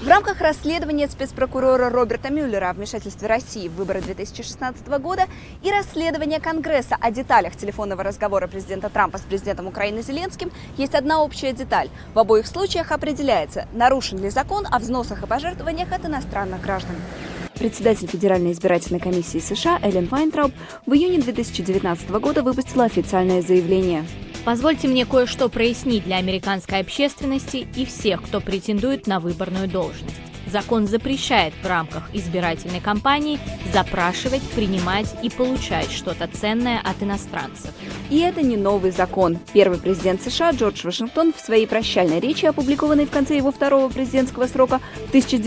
В рамках расследования спецпрокурора Роберта Мюллера о вмешательстве России в выборы 2016 года и расследования Конгресса о деталях телефонного разговора президента Трампа с президентом Украины Зеленским есть одна общая деталь. В обоих случаях определяется, нарушен ли закон о взносах и пожертвованиях от иностранных граждан. Председатель Федеральной избирательной комиссии США Эллен Вайнтрауб в июне 2019 года выпустила официальное заявление. Позвольте мне кое-что прояснить для американской общественности и всех, кто претендует на выборную должность. Закон запрещает в рамках избирательной кампании запрашивать, принимать и получать что-то ценное от иностранцев. И это не новый закон. Первый президент США Джордж Вашингтон в своей прощальной речи, опубликованной в конце его второго президентского срока в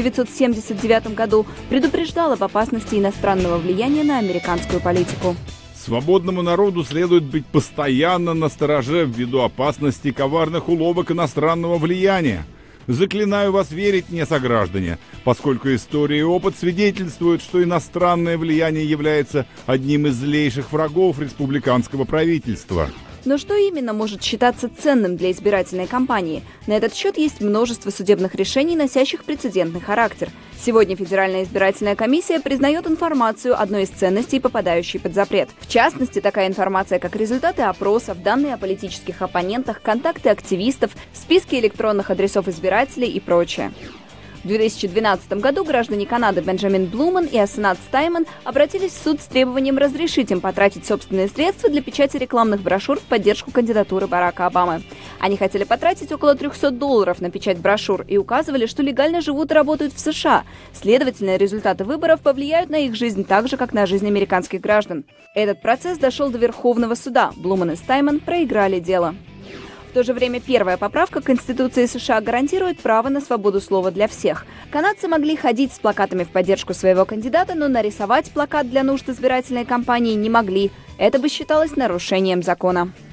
1979 году, предупреждал об опасности иностранного влияния на американскую политику. Свободному народу следует быть постоянно настороже ввиду опасности коварных уловок иностранного влияния. Заклинаю вас верить мне, сограждане, поскольку история и опыт свидетельствуют, что иностранное влияние является одним из злейших врагов республиканского правительства. Но что именно может считаться ценным для избирательной кампании? На этот счет есть множество судебных решений, носящих прецедентный характер. Сегодня Федеральная избирательная комиссия признает информацию одной из ценностей, попадающей под запрет. В частности, такая информация, как результаты опросов, данные о политических оппонентах, контакты активистов, списки электронных адресов избирателей и прочее. В 2012 году граждане Канады Бенджамин Блуман и Асанат Стайман обратились в суд с требованием разрешить им потратить собственные средства для печати рекламных брошюр в поддержку кандидатуры Барака Обамы. Они хотели потратить около $300 на печать брошюр и указывали, что легально живут и работают в США. Следовательно, результаты выборов повлияют на их жизнь так же, как на жизнь американских граждан. Этот процесс дошел до Верховного суда. Блуман и Стайман проиграли дело. В то же время первая поправка Конституции США гарантирует право на свободу слова для всех. Канадцы могли ходить с плакатами в поддержку своего кандидата, но нарисовать плакат для нужд избирательной кампании не могли. Это бы считалось нарушением закона.